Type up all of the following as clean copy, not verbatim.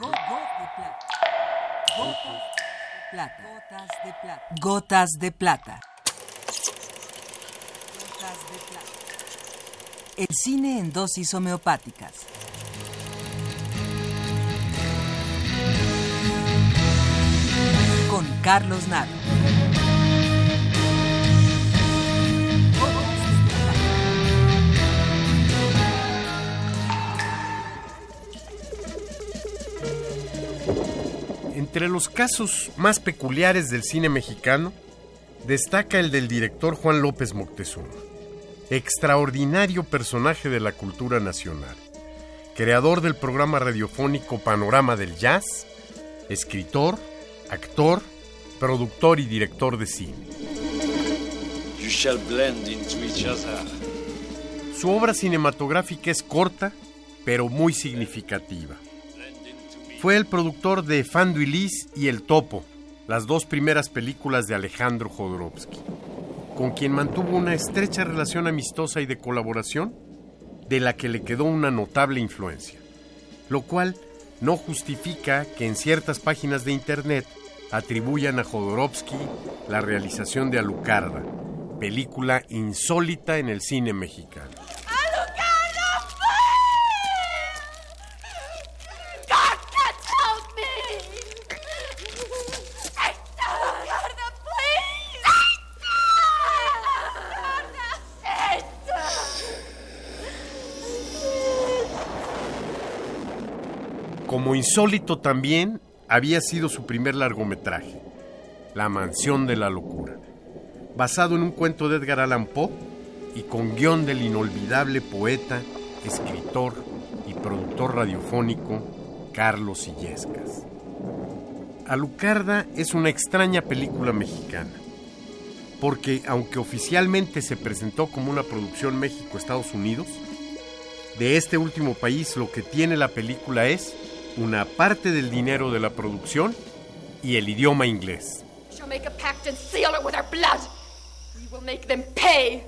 Gotas de plata. El cine en dosis homeopáticas. Con Carlos Narro. Entre los casos más peculiares del cine mexicano, destaca el del director Juan López Moctezuma, extraordinario personaje de la cultura nacional, creador del programa radiofónico Panorama del Jazz, escritor, actor, productor y director de cine. You shall blend into each other. Su obra cinematográfica es corta, pero muy significativa. Fue el productor de Fando y Lis y El Topo, las dos primeras películas de Alejandro Jodorowsky, con quien mantuvo una estrecha relación amistosa y de colaboración, de la que le quedó una notable influencia, lo cual no justifica que en ciertas páginas de internet atribuyan a Jodorowsky la realización de Alucarda, película insólita en el cine mexicano. Como insólito también había sido su primer largometraje, La Mansión de la Locura, basado en un cuento de Edgar Allan Poe y con guión del inolvidable poeta, escritor y productor radiofónico Carlos Illescas. Alucarda es una extraña película mexicana, porque aunque oficialmente se presentó como una producción México-Estados Unidos, de este último país lo que tiene la película es una parte del dinero de la producción y el idioma inglés. Shall make a pact and seal it with our blood. We will make them pay.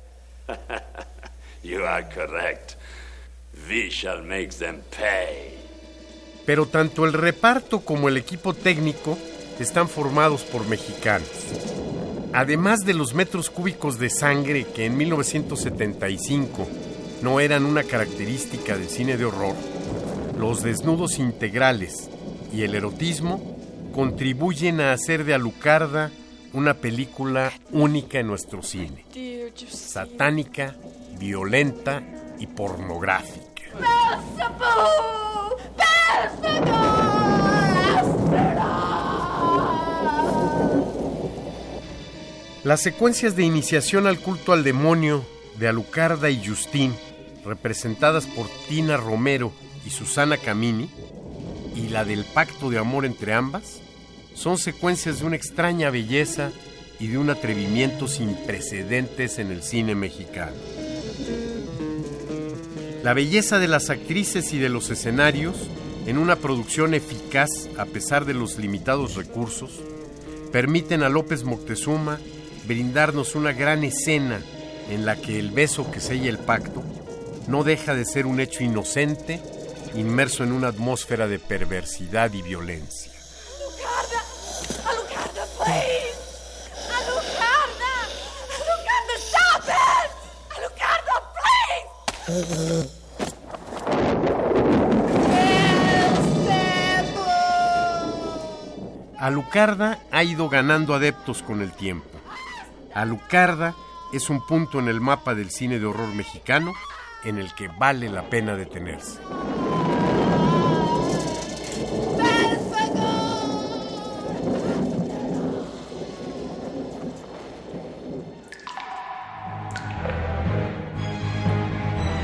You are correct. We shall make them pay. Pero tanto el reparto como el equipo técnico están formados por mexicanos. Además de los metros cúbicos de sangre que en 1975 no eran una característica del cine de horror, los desnudos integrales y el erotismo contribuyen a hacer de Alucarda una película única en nuestro cine, satánica, violenta y pornográfica. Las secuencias de iniciación al culto al demonio de Alucarda y Justín, representadas por Tina Romero y Susana Camini, y la del pacto de amor entre ambas, son secuencias de una extraña belleza y de un atrevimiento sin precedentes en el cine mexicano. La belleza de las actrices y de los escenarios, en una producción eficaz a pesar de los limitados recursos, permiten a López Moctezuma brindarnos una gran escena en la que el beso que sella el pacto no deja de ser un hecho inocente, inmerso en una atmósfera de perversidad y violencia. Alucarda! Alucarda, please! Alucarda! Alucarda, stop it! Alucarda, please! Alucarda ha ido ganando adeptos con el tiempo. Alucarda es un punto en el mapa del cine de horror mexicano en el que vale la pena detenerse.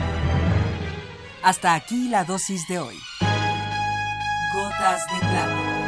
Hasta aquí la dosis de hoy. Gotas de plata.